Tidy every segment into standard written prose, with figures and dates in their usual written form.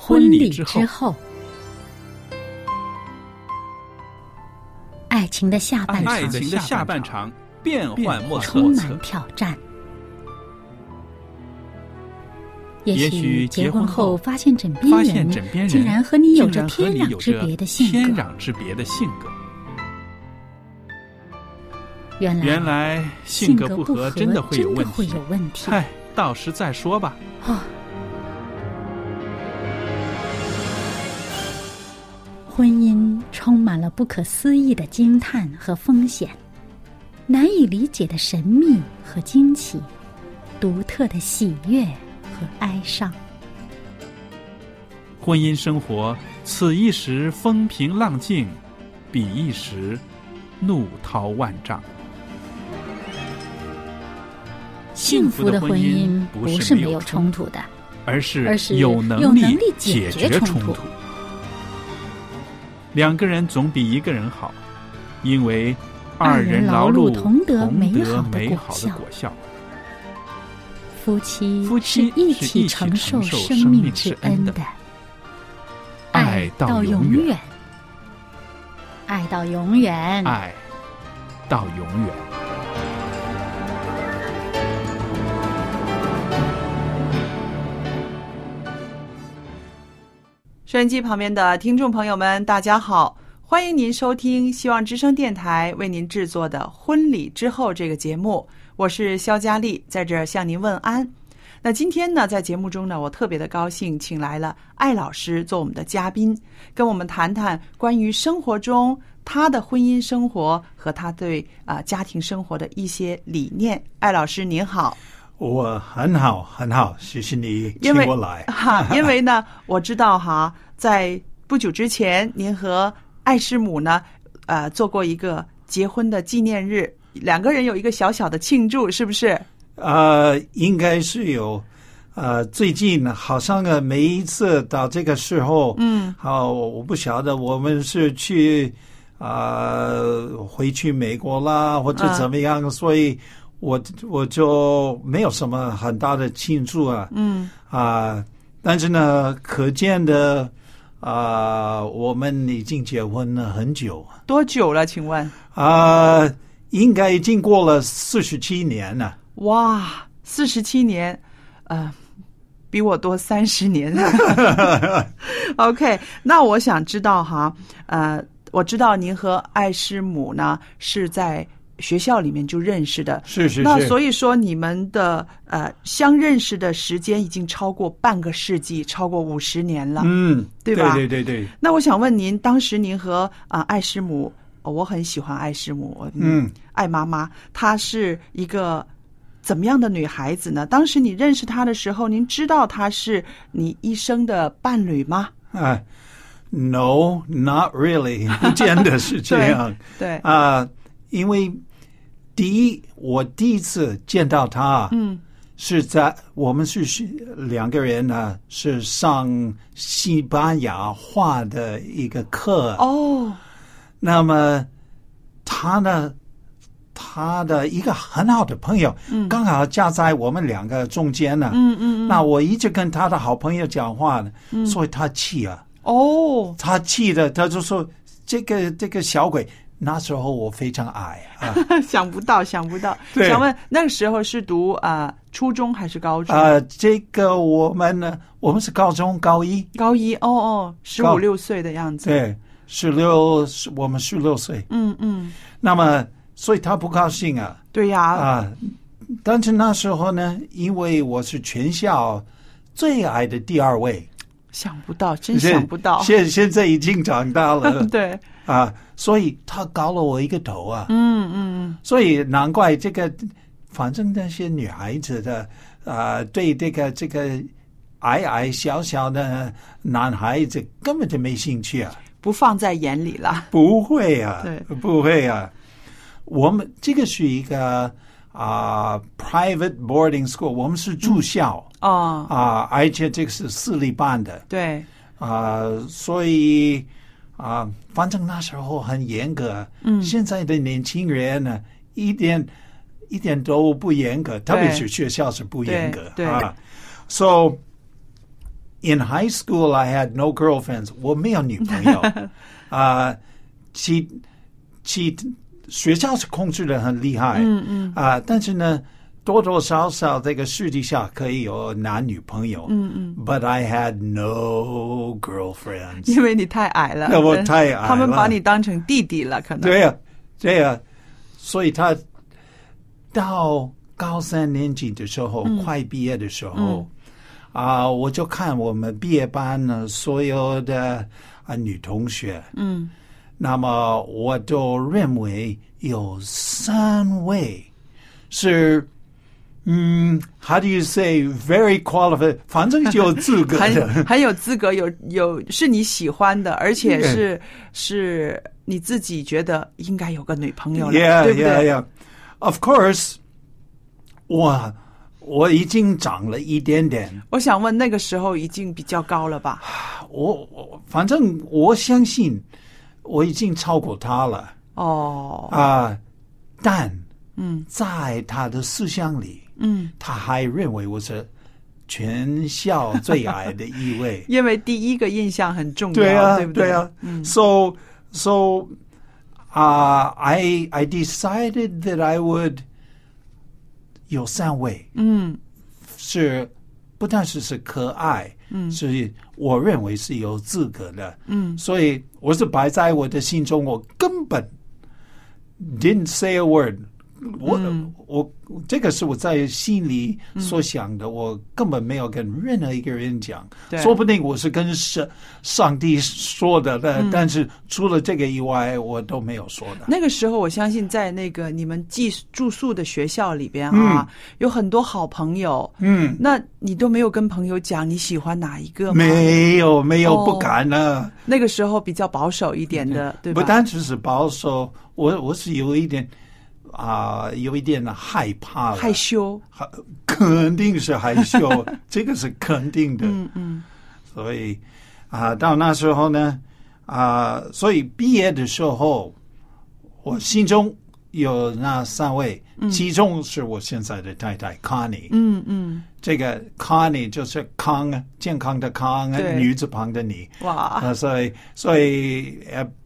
婚礼之后，爱情的下半场变幻莫测， 充满挑战。也许结婚后发现枕边人竟然和你有着天壤之别的性格。 原来性格不合真的会有问题。 嗨，到时再说吧。 婚姻充满了不可思议的惊叹和风险，难以理解的神秘和惊奇，独特的喜悦和哀伤。 婚姻生活，此一时风平浪静，彼一时怒涛万丈。 幸福的婚姻不是没有冲突的， 而是有能力解决冲突。两个人总比一个人好，因为二人劳碌同得美好的果效。 夫妻是一起承受生命之恩的，爱到永远，爱到永远， 爱到永远。 收音机旁边的听众朋友们，大家好，欢迎您收听希望之声电台为您制作的婚礼之后这个节目，我是肖佳丽，在这儿向您问安。那今天呢，在节目中呢，我特别的高兴，请来了艾老师做我们的嘉宾，跟我们谈谈关于生活中他的婚姻生活和他对家庭生活的一些理念。艾老师您好。 我很好，谢谢你请我来。 因为呢，我知道在不久之前，您和艾师母呢，做过一个结婚的纪念日，两个人有一个小小的庆祝，是不是？ 应该是有。最近好像每一次到这个时候，我不晓得我们是去回去美国啦，或者怎么样，所以。我就没有什么很大的庆祝但是呢，可见的我们已经结婚了很久。 多久了？请问？ 应该已经过了47年了。 哇，47年，比我多30年。OK， 那我想知道我知道您和艾师母呢是在学校里面就认识的， 是。 那所以说你们的相认识的时间已经超过半个世纪，超过50年了，对吧？ 对。 那我想问您，当时您和艾师母，我很喜欢艾师母，艾妈妈，她是一个怎么样的女孩子呢？当时你认识她的时候，您知道她是你一生的伴侣吗 ？No, not really， 不见得是这样。 对因为我第一次见到他，是在我们是两个人呢，是上西班牙话的一个课。那么他的一个很好的朋友，刚好夹在我们两个中间呢。那我一直跟他的好朋友讲话呢，所以他气了。他气的，他就说这个小鬼。那时候我非常矮想不到。想问那个时候是读初中还是高中？ 这个我们是高中高一 15、16岁的样子。 对，16，我们16岁。那么所以他不高兴啊。 对呀。 但是那时候呢，因为我是全校最矮的第2位。 想不到，真想不到。 现在已经长大了。 对。 所以他高了我一个头啊。所以难怪这个，反正那些女孩子的对这个矮小的男孩子根本就没兴趣啊， 不放在眼里了。 不会啊， 对， 不会啊。我们这个是一个private boarding school， 我们是住校而且这个是私立办的。 对所以反正那时候很严格。现在的年轻人呢，一点都不严格，特别是学校是不严格。 对 So in high school I had no girlfriends. 我没有女朋友。学校是控制的很厉害。但是呢，多多少少这个私底下可以有男女朋友。But I had no girlfriends. 因为你太矮了。 我太矮了。 他们把你当成弟弟了，可能。 对呀，对呀。所以他到高3年级的时候，快毕业的时候，我就看我们毕业班呢所有的女同学，那么我都认为有3位是how do you say very qualified， 反正就有资格的， 很有资格，有是你喜欢的，而且是你自己觉得应该有个女朋友了，对不对 ？Of course， 我已经长了一点点。 我想问，那个时候已经比较高了吧？ 反正我相信我已经超过他了。但在他的思想里，他还认为我是全校最矮的一位。 因为第一个印象很重要，对不对？ 对啊。So I decided that I would 有3位，是不但是可爱，是我认为是有资格的，所以我是摆在我的心中，我根本 didn't say a word。我这个是我在心里所想的，我根本没有跟任何一个人讲，说不定我是跟上帝说的，但是除了这个以外，我都没有说的。 那个时候，我相信在那个你们住宿的学校里边有很多好朋友，那你都没有跟朋友讲你喜欢哪一个吗？ 没有，不敢呢。 那个时候比较保守一点的，对吧？ 不单只是保守，我是有一点。有一点害怕了， 害羞， 肯定是害羞，这个是肯定的。所以到那时候呢，所以毕业的时候，我心中有那3位，其中是我现在的太太 Connie。这个 Connie 就是康，健康的康，女字旁的你。 哇！ 所以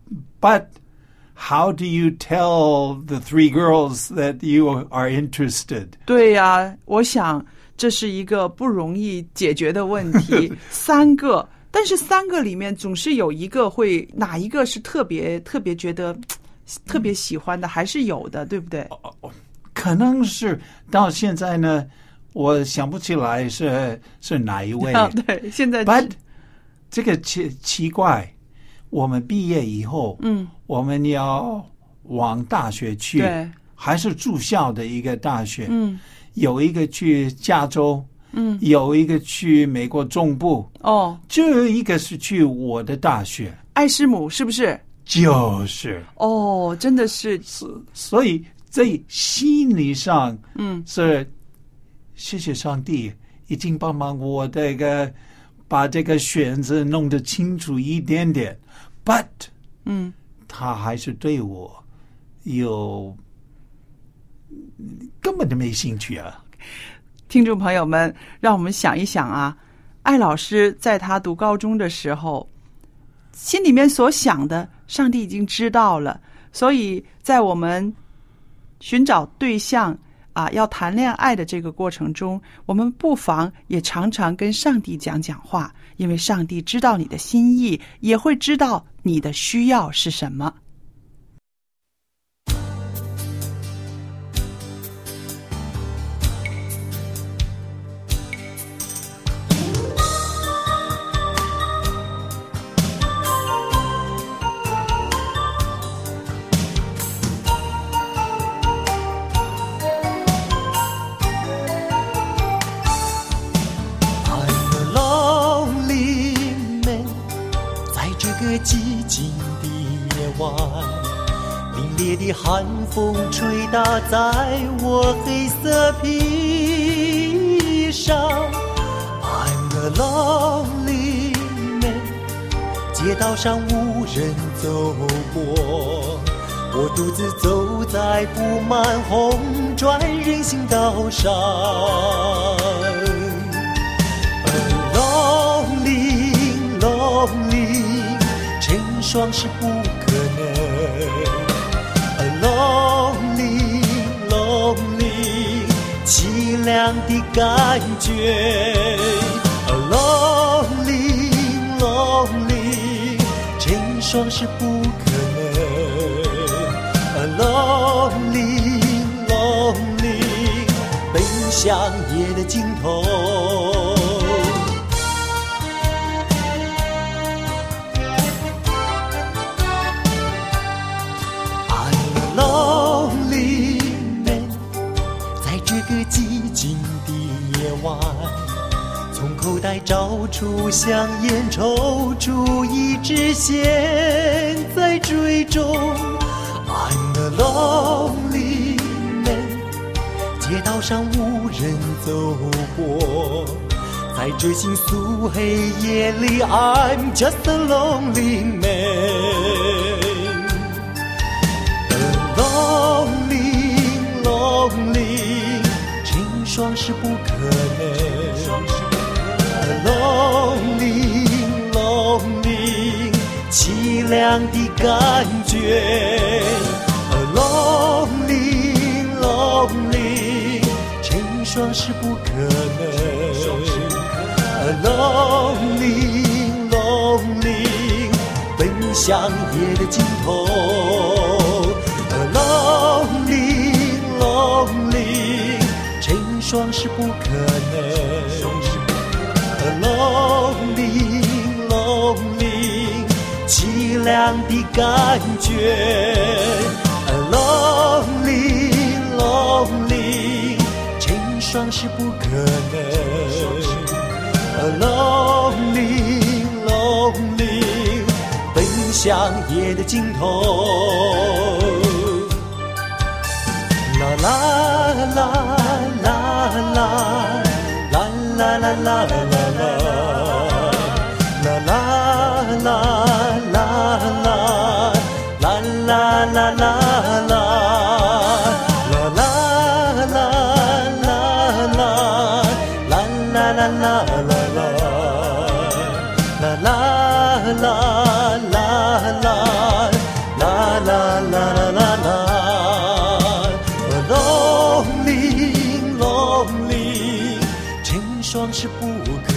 But。How do you tell the 3 girls that you are interested? 对呀，我想这是一个不容易解决的问题。3个，但是3个里面总是有一个会，哪一个是特别觉得特别喜欢的，还是有的，对不对？ 可能是到现在呢，我想不起来是哪一位。 对，现在 But 这个奇怪。我们毕业以后，我们要往大学去，还是住校的一个大学，有一个去加州，有一个去美国中部，就有一个是去我的大学， 爱斯姆，是不是？ 就是真的是， 所以在心理上，是谢谢上帝已经帮忙我把这个选择弄得清楚一点点。But， 他还是对我根本就没兴趣啊。 听众朋友们，让我们想一想艾老师在他读高中的时候，心里面所想的，上帝已经知道了。所以在我们寻找对象要谈恋爱的这个过程中，我们不妨也常常跟上帝讲话，因为上帝知道你的心意，也会知道你的需要是什么。 寂静的夜晚，凛冽的寒风吹打在我黑色皮上。I'm a lonely man， 街道上无人走过，我独自走在布满红砖人行道上。A lonely 双是不可能。Lonely, lonely， 凄凉的感觉。Lonely, lonely， 成双是不可能。Lonely, lonely， 奔向夜的尽头。Lonely man， 在这个寂静的夜晚，从口袋找出香烟，抽出一支线，在追踪。I'm a lonely man， 街道上无人走过，在这星宿黑夜里 I'm just a lonely man。Lonely, lonely， 成双是不可能。Lonely, lonely， 凄凉的感觉。Lonely, lonely， 成双是不可能。Lonely, lonely， 奔向夜的尽头。Lonely, lonely， 成双是不可能。Lonely, lonely， 凄凉的感觉。Lonely, lonely， 成双是不可能。Lonely, lonely， 奔向夜的尽头。啦啦啦啦啦啦啦啦啦啦啦啦啦啦啦啦啦是不可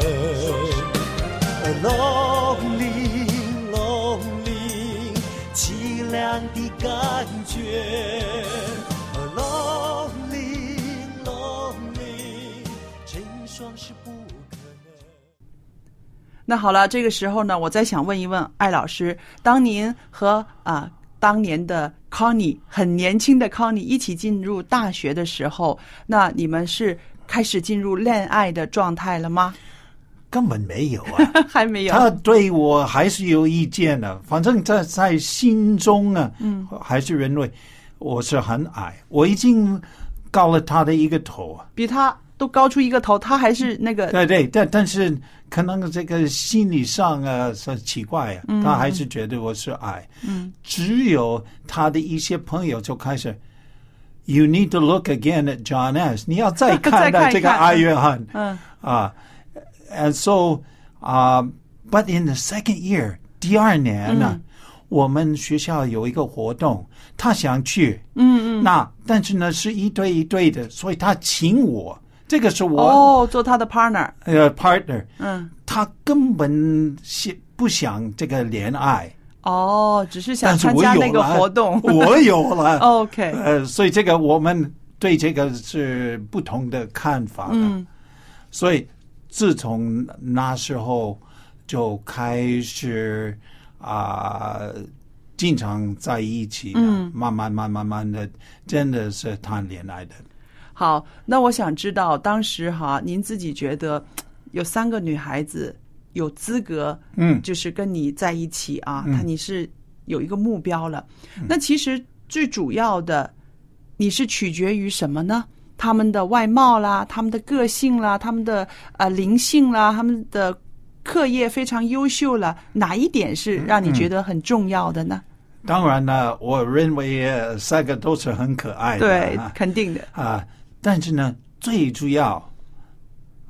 能。Lonely, lonely， 凄凉的感觉。Lonely, lonely， 成双是不可能。 那好了，这个时候呢，我再想问一问艾老师，当您和当年的 Connie 很年轻的 Connie 一起进入大学的时候，那你们是开始进入恋爱的状态了吗？ 根本没有啊， 还没有。 他对我还是有意见的，反正在心中啊，还是认为我是很矮，我已经高了他的一个头， 比他都高出一个头，他还是那个。 对，但是可能这个心理上是奇怪啊，他还是觉得我是矮。只有他的一些朋友就开始。You need to look again at John S. 你要再看到这个艾约翰。And so, but in the second year, 第二年呢，我们学校有一个活动，他想去。那但是呢是一对一对的，所以他请我。这个是我做他的 partner。 partner。他根本不想这个恋爱。 只是想参加那个活动。 我有了。 OK。 所以这个我们对这个是不同的看法的。所以自从那时候就开始经常在一起，慢慢的，真的是谈恋爱的。 好，那我想知道当时您自己觉得有3个女孩子有资格，就是跟你在一起你是有一个目标了。那其实最主要的，你是取决于什么呢？他们的外貌啦，他们的个性啦，他们的灵性啦，他们的课业非常优秀了，哪一点是让你觉得很重要的呢？ 当然呢，我认为3个都是很可爱的。 对，肯定的。 但是呢，最主要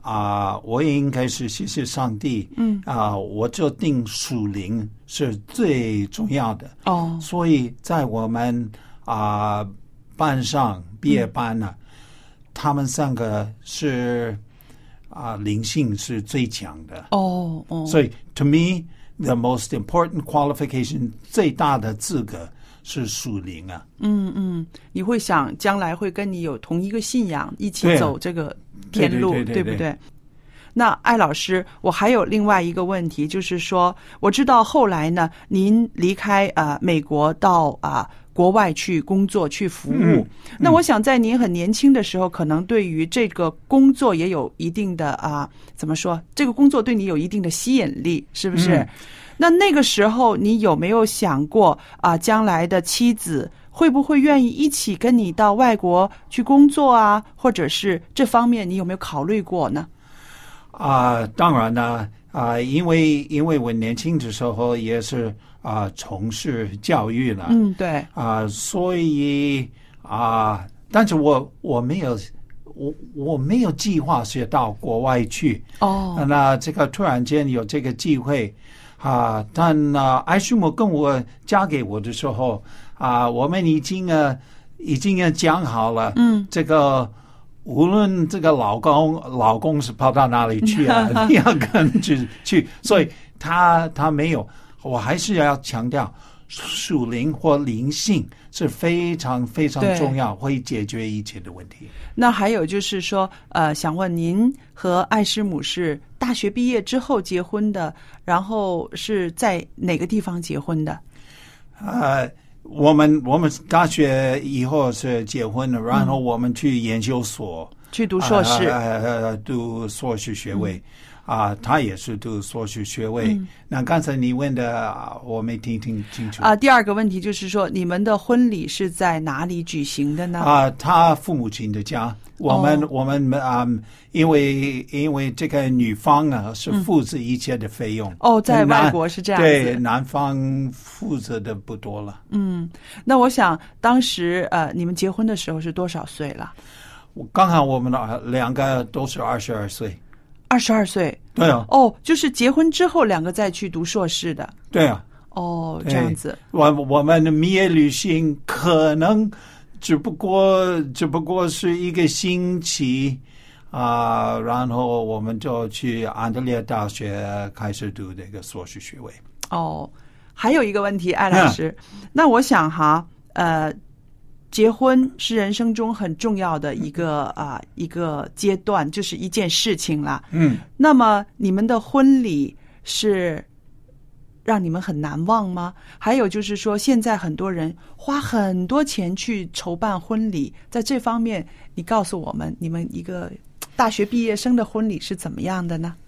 我也应该是谢谢上帝。我就定属灵是最重要的。所以在我们班上毕业班呢，他们3个是灵性是最强的。所以 to me the most important qualification 最大的资格是属灵啊。 你会想将来会跟你有同一个信仰，一起走这个天路，对不对？那艾老师，我还有另外一个问题，就是说，我知道后来呢，您离开美国到国外去工作去服务。那我想在您很年轻的时候，可能对于这个工作也有一定的怎么说？这个工作对你有一定的吸引力，是不是？那个时候，你有没有想过将来的妻子会不会愿意一起跟你到外国去工作啊？或者是这方面你有没有考虑过呢？ 当然呢，因为我年轻的时候也是从事教育了。 对。 所以但是我没有计划是到国外去。那这个突然间有这个机会。但艾师母跟我嫁给我的时候我们已经讲好了。这个无论这个老公是跑到哪里去你要跟着去。所以他没有。我还是要强调，属灵或灵性是非常非常重要，会解决一切的问题。 那还有就是说，想问您和艾师母是大学毕业之后结婚的，然后是在哪个地方结婚的？ 我们大学以后是结婚了，然后我们去研究所去读硕士， 读硕士学位。他也是读硕士学位。那刚才你问的我没听清楚。 第二个问题就是说，你们的婚礼是在哪里举行的呢？ 他父母亲的家。我们因为这个女方是负责一切的费用。 在外国是这样子。 对，男方负责的不多了。 那我想当时你们结婚的时候是多少岁了？ 刚好我们2个都是22岁。 22岁。 对啊。 就是结婚之后2个再去读硕士的。 对啊。 这样子。 我们的蜜月旅行可能只不过是1个星期然后我们就去安德烈大学开始读这个硕士学位。 还有一个问题，艾老师，那我想结婚是人生中很重要的一个阶段，就是一件事情啦。那么你们的婚礼是让你们很难忘吗？还有就是说，现在很多人花很多钱去筹办婚礼，在这方面，你告诉我们，你们一个大学毕业生的婚礼是怎么样的呢？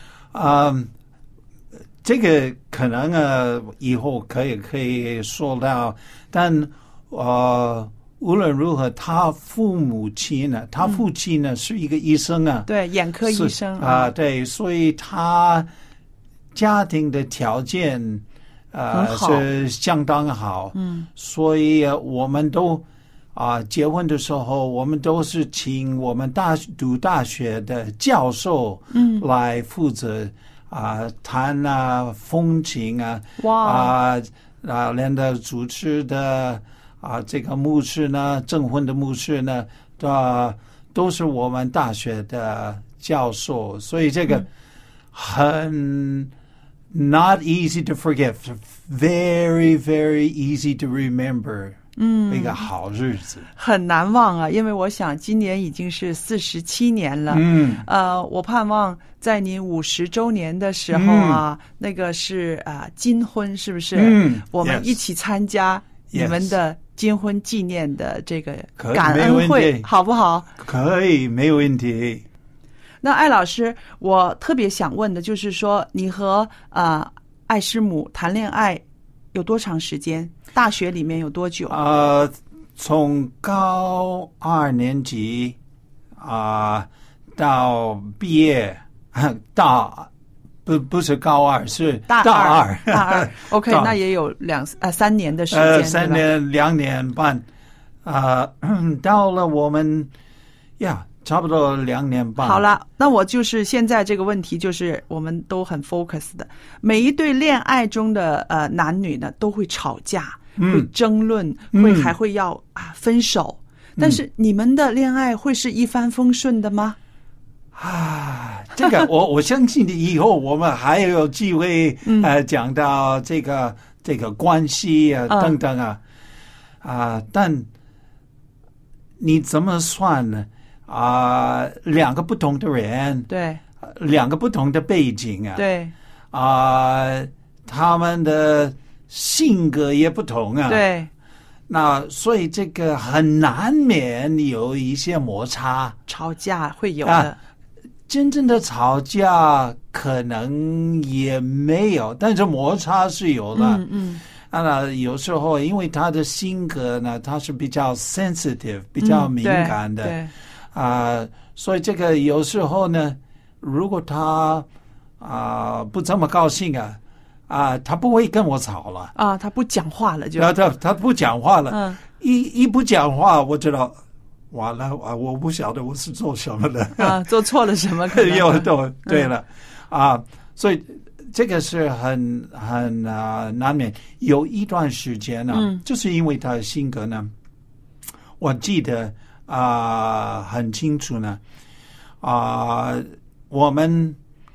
这个可能以后可以说到，但无论如何，他父亲呢是一个医生对，眼科医生对，所以他家庭的条件是相当好。所以我们都结婚的时候，我们都是请我们读大学的教授来负责谈风情连的主持的这个牧师呢，证婚的牧师呢，都是我们大学的教授，所以这个很not easy to forget, very, very easy to remember. 一个好日子很难忘啊，因为我想今年已经是47年了。我盼望在您50周年的时候那个是金婚，是不是？我们一起参加你们的金婚纪念的这个感恩会，好不好？ 可以，没有问题。 那艾老师，我特别想问的就是说，你和艾师母谈恋爱有多长时间？大学里面有多久？ 从高2年级到毕业，到不是高2，是大二。 大二 OK 那也有3年的时间 ，3年2年半。到了我们差不多2年半。 好了，那我就是现在这个问题，就是我们都很 focus 的，每一对恋爱中的男女呢，都会吵架，会争论，还会要分手。但是你们的恋爱会是一帆风顺的吗？ 这个我相信以后我们还有机会讲到这个关系等等但你怎么算呢？两个不同的人， 对， 两个不同的背景对， 他们的性格也不同对， 那所以这个很难免有一些摩擦， 吵架会有的。 真正的吵架可能也没有，但是摩擦是有的。有时候因为他的性格呢，他是比较 sensitive， 比较敏感的， 对， 所以这个有时候呢，如果他不这么高兴他不会跟我吵了他不讲话了就他不讲话了，一不讲话，我知道完了我不晓得我是做什么的做错了什么可能对了所以这个是很难免。有一段时间呢，就是因为他的性格呢，我记得很清楚呢我们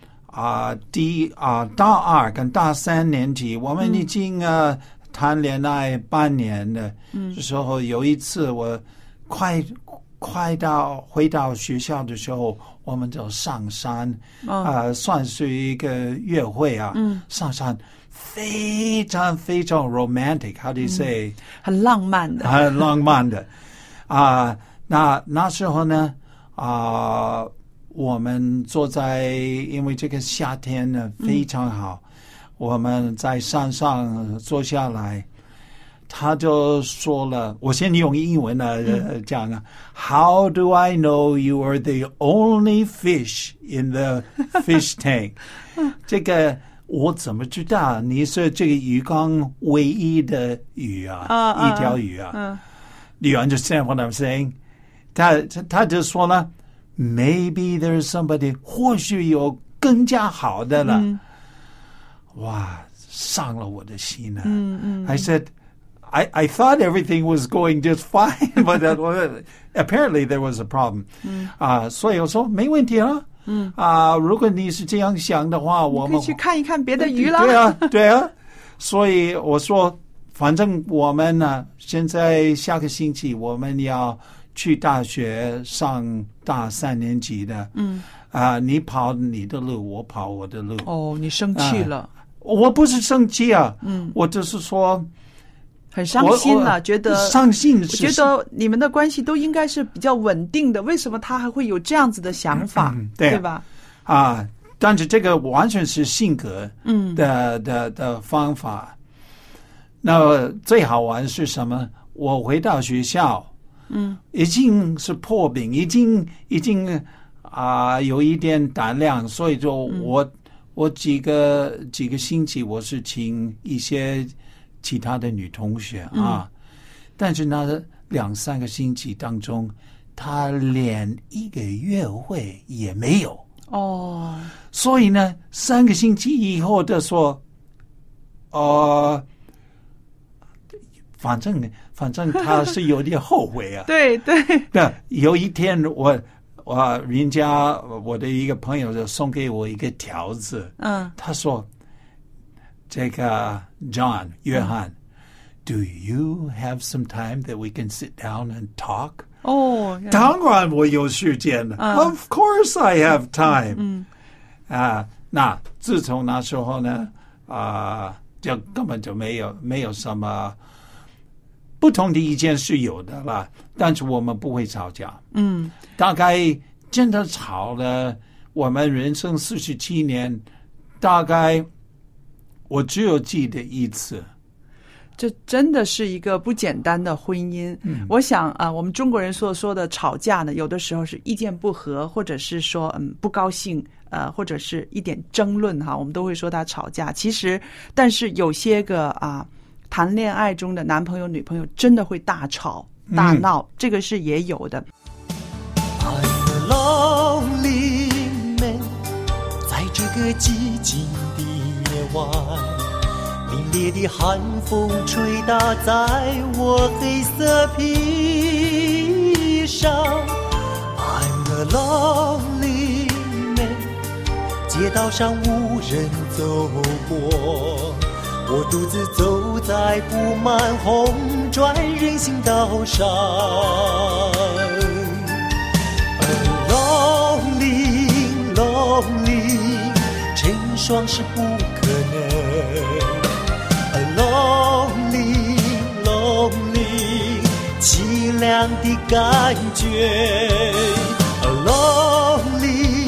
大2跟大3年级，我们已经谈恋爱半年的时候，有一次我快回到学校的时候，我们就上山算是一个约会上山非常非常 romantic，how do you say， 很浪漫的， 很浪漫的那时候呢我们坐在，因为这个夏天呢非常好，我们在山上坐下来，他就说了，我先用英文讲How do I know you are the only fish in the fish tank？ 这个我怎么知道你是这个鱼缸唯一的鱼一条鱼Do you understand what I'm saying？ 他就说了，Maybe there's somebody， 或许有更加好的了。哇，伤了我的心I said, I thought everything was going just fine, but apparently there was a problem. 所以我说没问题了。如果你是这样想的话，我们可以去看一看别的鱼了。 对啊。所以我说，反正我们呢，现在下个星期我们要去大学上大3年级的，你跑你的路，我跑我的路。 你生气了？ 我不是生气我就是说很伤心了，觉得伤心。 我觉得你们的关系都应该是比较稳定的，为什么他还会有这样子的想法？对吧？ 但是这个完全是性格的方法。那最好玩是什么？我回到学校。已经是破冰，已经有一点胆量，所以就我几个星期我是请一些其他的女同学但是那2-3个星期当中，她连一个约会也没有所以呢3个星期以后的说反正他是有点后悔对。 有一天人家我的一个朋友就送给我一个条子他说这个 John 约翰Do you have some time that we can sit down and talk? 当然我有时间了Of course I have time. 那自从那时候呢就根本就没有什么不同的意见是有的啦，但是我们不会吵架。大概真的吵了，我们人生47年，大概我只有记得一次。 这真的是一个不简单的婚姻。我想我们中国人所说的吵架呢，有的时候是意见不合，或者是说不高兴，或者是一点争论我们都会说他吵架。其实，但是有些个谈恋爱中的男朋友女朋友真的会大吵大闹，这个是也有的。 爱的个寂静的夜晚，凛冽的寒风吹打在我黑色皮上。I'm a lonely man， 街道上无人走过，我独自走在布满红砖人行道上。lonely， 成双是不可能。lonely， 凄凉的感觉。lonely，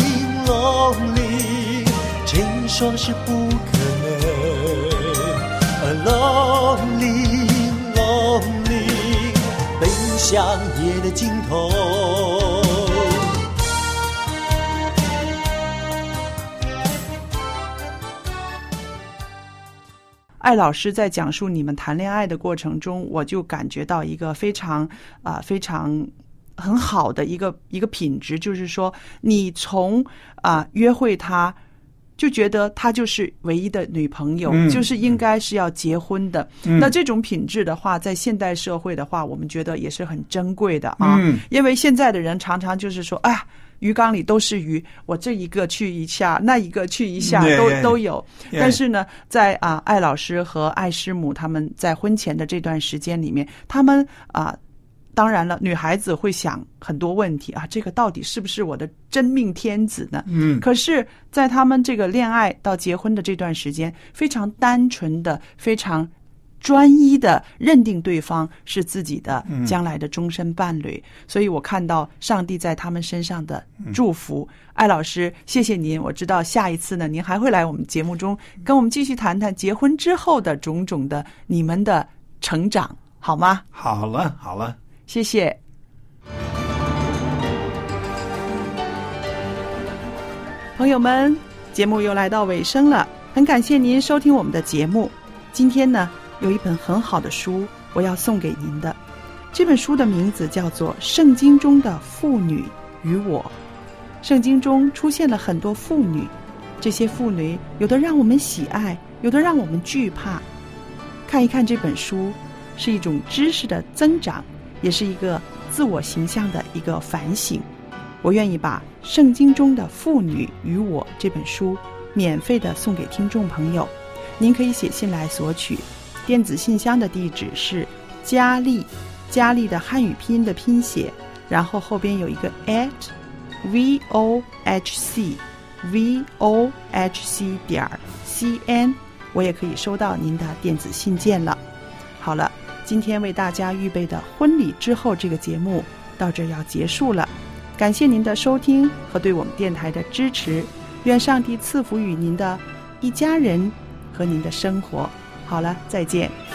成双是不可能。lonely， 奔向夜的尽头。 艾老师在讲述你们谈恋爱的过程中，我就感觉到一个非常很好的一个品质，就是说你从约会他就觉得她就是唯一的女朋友，就是应该是要结婚的。那这种品质的话，在现代社会的话，我们觉得也是很珍贵的啊。因为现在的人常常就是说，哎呀，鱼缸里都是鱼，我这一个去一下，那一个去一下，都有。但是呢，在艾老师和艾师母他们在婚前的这段时间里面，他们当然了，女孩子会想很多问题这个到底是不是我的真命天子呢？可是在他们这个恋爱到结婚的这段时间，非常单纯的，非常专一的认定对方是自己的将来的终身伴侣。所以我看到上帝在他们身上的祝福。艾老师，谢谢您。我知道下一次呢，您还会来我们节目中跟我们继续谈谈结婚之后的种种的你们的成长，好吗？ 好了， 谢谢。朋友们，节目又来到尾声了，很感谢您收听我们的节目。今天呢，有一本很好的书我要送给您的，这本书的名字叫做《圣经中的妇女与我》。圣经中出现了很多妇女，这些妇女有的让我们喜爱，有的让我们惧怕。看一看这本书，是一种知识的增长，也是一个自我形象的一个反省。我愿意把《圣经中的妇女与我》这本书免费的送给听众朋友，您可以写信来索取。电子信箱的地址是佳丽的汉语拼音的拼写，然后后边有一个 @vohc.cn， 我也可以收到您的电子信件了。好了，今天为大家预备的婚礼之后这个节目到这要结束了，感谢您的收听和对我们电台的支持，愿上帝赐福于您的一家人和您的生活。好了，再见。